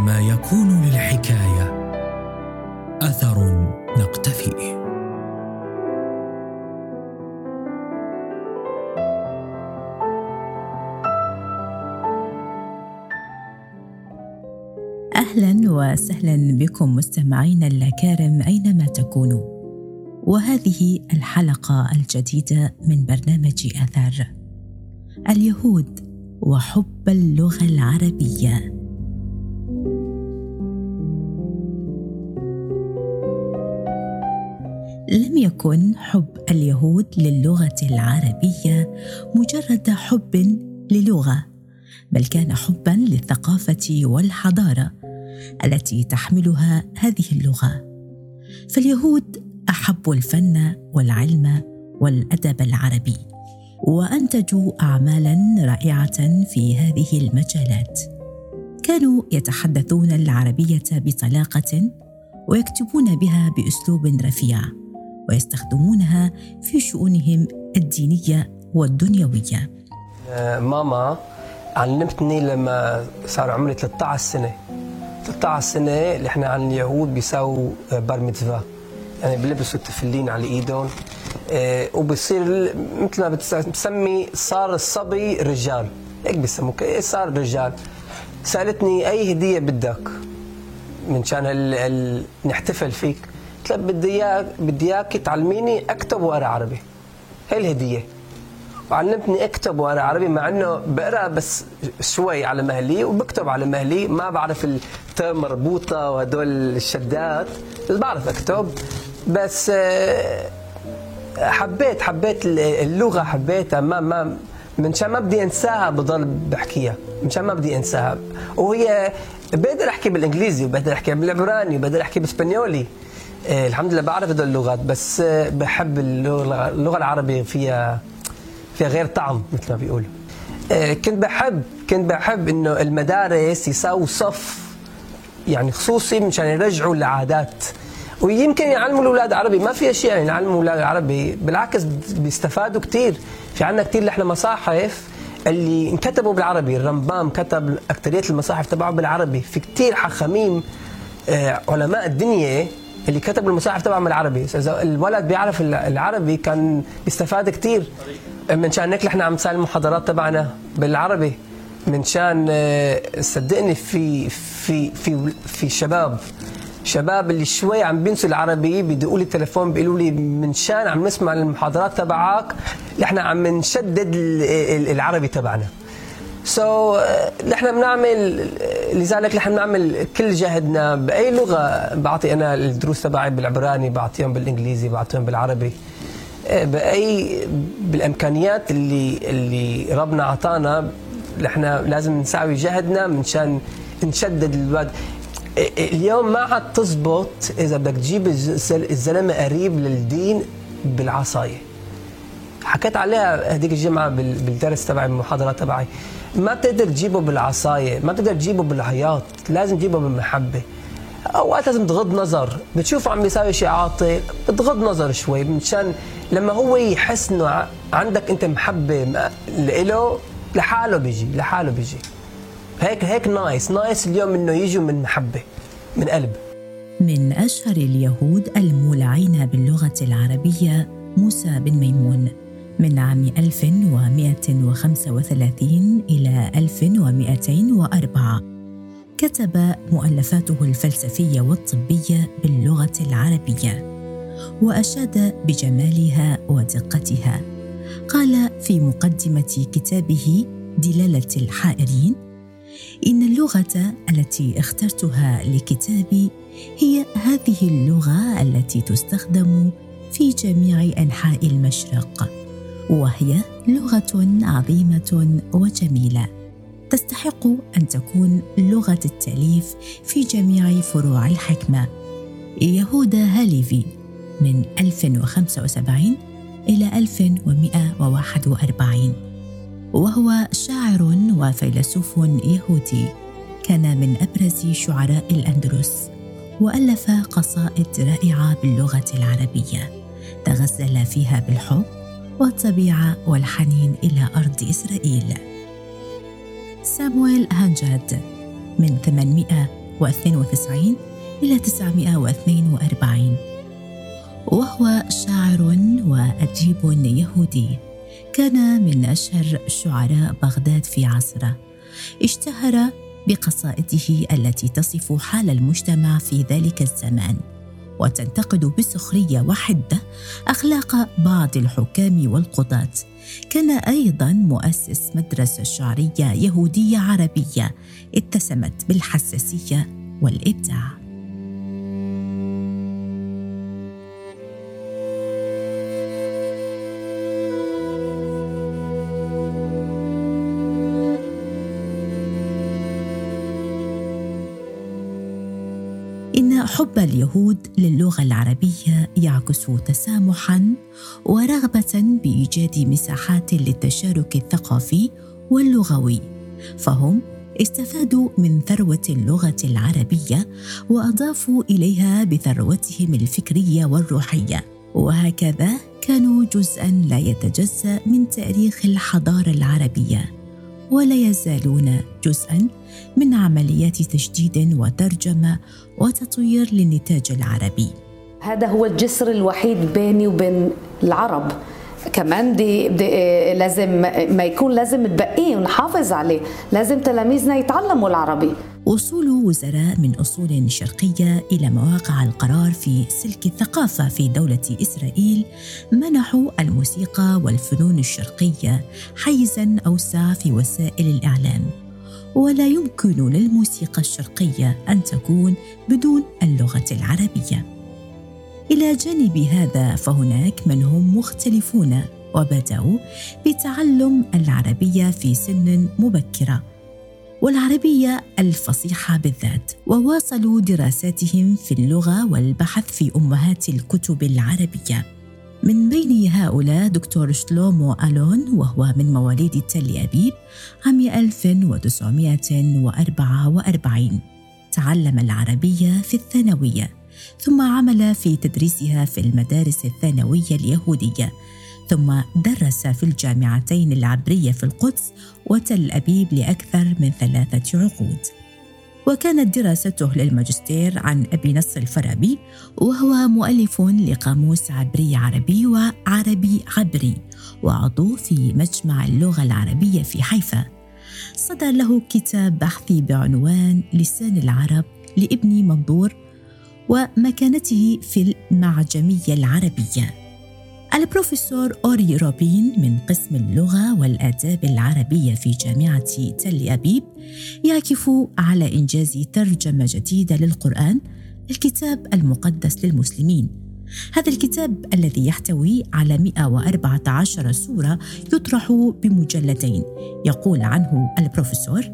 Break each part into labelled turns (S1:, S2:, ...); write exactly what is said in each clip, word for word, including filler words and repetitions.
S1: عندما يكون للحكاية أثر نقتفيه.
S2: أهلا وسهلا بكم مستمعين الكرام أينما تكونوا، وهذه الحلقة الجديدة من برنامج أثر اليهود وحب اللغة العربية. لم يكن حب اليهود للغة العربية مجرد حب للغة، بل كان حباً للثقافة والحضارة التي تحملها هذه اللغة. فاليهود أحبوا الفن والعلم والأدب العربي، وأنتجوا أعمالاً رائعة في هذه المجالات. كانوا يتحدثون العربية بطلاقة ويكتبون بها بأسلوب رفيع، ويستخدمونها في شؤونهم الدينية والدنيوية.
S3: ماما علمتني لما صار عمري ثلاثة عشر سنة ثلاثة عشر سنة اللي احنا عن اليهود بيساووا بار ميتزفا، يعني بيلبسوا التفلين على ايدهم، اه وبصير مثل ما بتسمي صار الصبي رجال، هيك بيسموه، ايه صار رجال. سألتني اي هدية بدك من شان ال ال نحتفل فيك؟ قلت لها بدي اياك بدي اياك تعلميني اكتب واقرا عربي، هي الهدية. وعلمتني اكتب واقرا عربي، مع انه بقرا بس شوي على مهلي وبكتب على مهلي، ما بعرف التاء مربوطه وهدول الشدات، بس بعرف اكتب. بس حبيت حبيت اللغه، حبيتها، ما ما من شان ما بدي انساها بضل بحكيها، من شان ما بدي انساها. وهي بقدر احكي بالانجليزي وبقدر احكي بالعبراني وبقدر احكي بالاسبانيولي، الحمد لله بعرف هدول اللغات، بس بحب اللغه اللغه العربيه، فيها فيها غير طعم مثل ما بيقولوا. كنت بحب كنت بحب انه المدارس يساووا صف يعني خصوصي مشان يرجعوا العادات، ويمكن يعلموا الاولاد عربي، ما في شيء يعني يعلموا الاولاد عربي، بالعكس بيستفادوا كتير. في عندنا كتير احنا مصاحف اللي انكتبوا بالعربي، الرمبام كتب اكثريه المصاحف تبعه بالعربي، في كتير حخاميم علماء الدنيا اللي كتبوا المصاحف تبعهم بالعربي. اذا الولد بيعرف العربي كان بيستفاد كتير. من شان هيك نحن عم نسال المحاضرات تبعنا بالعربي، من شان صدقني في في في في شباب شباب اللي شوي عم بينسوا العربي بيدقوا لي التليفون بيقولوا لي من شان عم نسمع المحاضرات تبعك نحن عم نشدد العربي تبعنا. سو so, نحن بنعمل، لذلك نحن بنعمل كل جهدنا باي لغه. بعطي انا الدروس تبعي بالعبراني، بعطيهم بالانجليزي، بعطيهم بالعربي، باي بالامكانيات اللي اللي ربنا عطانا. نحن لازم نساوي جهدنا من شان نشدد الولاد. اليوم ما عاد تزبط اذا بدك تجيب الزلمه قريب للدين بالعصايه. حكيت عليها هذيك الجمعه بالدرس تبعي، بالمحاضره تبعي. ما بتقدر تجيبه بالعصايه، ما بتقدر تجيبه بالعياط، لازم تجيبه بالمحبه. اوقات لازم تغض نظر، بتشوفه عم بيساوي شيء عاطل بتغض نظر شوي، مشان لما هو يحس انه عندك انت محبه له لحاله بيجي لحاله بيجي هيك هيك نايس نايس اليوم انه يجوا من محبه من قلب.
S2: من اشهر اليهود المولعين باللغه العربيه موسى بن ميمون، من عام ألف ومئة وخمسة وثلاثين إلى ألف ومئتين وأربعة. كتب مؤلفاته الفلسفية والطبية باللغة العربية، وأشاد بجمالها ودقتها. قال في مقدمة كتابه دلالة الحائرين: إن اللغة التي اخترتها لكتابي هي هذه اللغة التي تستخدم في جميع أنحاء المشرق، وهي لغة عظيمة وجميلة تستحق أن تكون لغة التأليف في جميع فروع الحكمة. يهودا هاليفي، من ألف وخمسة وسبعين إلى ألف ومئة وواحد وأربعين، وهو شاعر وفيلسوف يهودي، كان من أبرز شعراء الأندلس، وألف قصائد رائعة باللغة العربية تغزل فيها بالحب والطبيعة والحنين إلى أرض إسرائيل. سامويل هانجاد، من ثمانمئة واثنين وتسعين إلى تسعمائة واثنين وأربعين، وهو شاعر وأديب يهودي. كان من أشهر شعراء بغداد في عصره. اشتهر بقصائده التي تصف حال المجتمع في ذلك الزمان، وتنتقد بسخرية وحدة أخلاق بعض الحكام والقضاة. كان أيضاً مؤسس مدرسة شعرية يهودية عربية اتسمت بالحساسية والإبداع. إن حب اليهود للغة العربية يعكس تسامحاً ورغبة بإيجاد مساحات للتشارك الثقافي واللغوي، فهم استفادوا من ثروة اللغة العربية وأضافوا إليها بثروتهم الفكرية والروحية، وهكذا كانوا جزءاً لا يتجزأ من تاريخ الحضارة العربية، ولا يزالون جزءاً من عمليات تجديد وترجمة وتطوير للنتاج العربي.
S4: هذا هو الجسر الوحيد بيني وبين العرب. كمان دي, دي لازم ما يكون لازم نبقيه ونحافظ عليه، لازم تلاميذنا يتعلموا العربي.
S2: وصول وزراء من أصول شرقية إلى مواقع القرار في سلك الثقافة في دولة إسرائيل منحوا الموسيقى والفنون الشرقية حيزاً أوسع في وسائل الإعلام، ولا يمكن للموسيقى الشرقية أن تكون بدون اللغة العربية. إلى جانب هذا فهناك من هم مختلفون وبدأوا بتعلم العربية في سن مبكرة، والعربية الفصيحة بالذات، وواصلوا دراساتهم في اللغة والبحث في أمهات الكتب العربية. من بين هؤلاء دكتور شلومو ألون، وهو من مواليد تل أبيب عام ألف وتسعمائة وأربعة وأربعين. تعلم العربية في الثانوية، ثم عمل في تدريسها في المدارس الثانوية اليهودية، ثم درس في الجامعتين العبرية في القدس وتل أبيب لأكثر من ثلاثة عقود. وكانت دراسته للماجستير عن أبي نصر الفارابي، وهو مؤلف لقاموس عبري عربي وعربي عبري، وعضو في مجمع اللغة العربية في حيفا. صدر له كتاب بحثي بعنوان لسان العرب لابن منظور ومكانته في المعجمية العربية. البروفيسور أوري روبين من قسم اللغة والآداب العربية في جامعة تل أبيب يعكف على إنجاز ترجمة جديدة للقرآن، الكتاب المقدس للمسلمين. هذا الكتاب الذي يحتوي على مئة وأربعة عشر سورة يطرح بمجلدين. يقول عنه البروفيسور: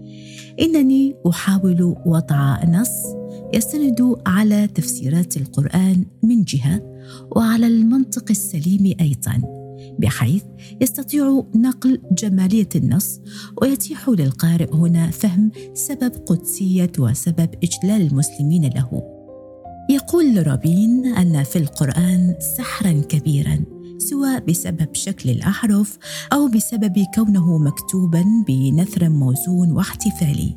S2: إنني أحاول وضع نص يستند على تفسيرات القرآن من جهة، وعلى المنطق السليم أيضاً، بحيث يستطيع نقل جمالية النص ويتيح للقارئ هنا فهم سبب قدسية وسبب إجلال المسلمين له. يقول رابين أن في القرآن سحراً كبيراً، سواء بسبب شكل الأحرف أو بسبب كونه مكتوباً بنثر موزون واحتفالي،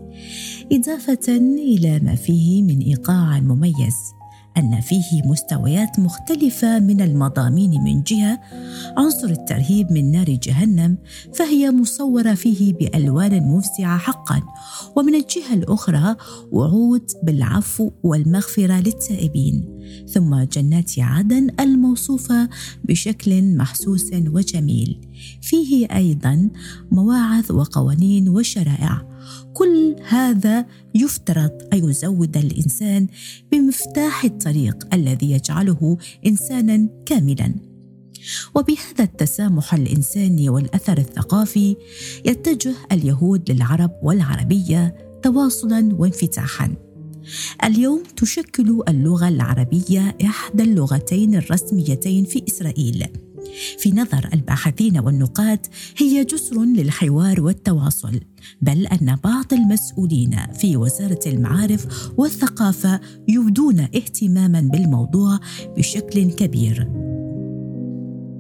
S2: إضافة إلى ما فيه من إيقاع مميز، أن فيه مستويات مختلفة من المضامين. من جهة عنصر الترهيب من نار جهنم، فهي مصورة فيه بألوان مفزعة حقا، ومن الجهة الأخرى وعود بالعفو والمغفرة للتائبين، ثم جنات عدن الموصوفة بشكل محسوس وجميل، فيه أيضا مواعظ وقوانين وشرائع. كل هذا يفترض أن يزود الإنسان بمفتاح الطريق الذي يجعله إنسانا كاملا. وبهذا التسامح الإنساني والأثر الثقافي يتجه اليهود للعرب والعربية تواصلا وانفتاحا. اليوم تشكل اللغة العربية إحدى اللغتين الرسميتين في إسرائيل. في نظر الباحثين والنقاد هي جسر للحوار والتواصل، بل أن بعض المسؤولين في وزارة المعارف والثقافة يبدون اهتماما بالموضوع بشكل كبير.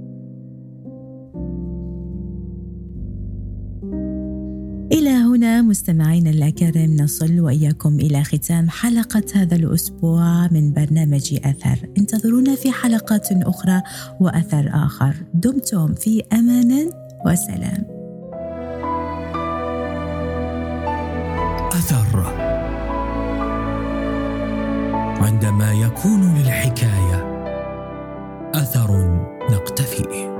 S2: إلى هنا مستمعينا الأكارم، نصل وإياكم إلى ختام حلقة هذا الأسبوع من برنامج أثر. انتظرونا في حلقات أخرى وأثر آخر. دمتم في أمان وسلام.
S1: أثر، عندما يكون للحكاية أثر نقتفيه.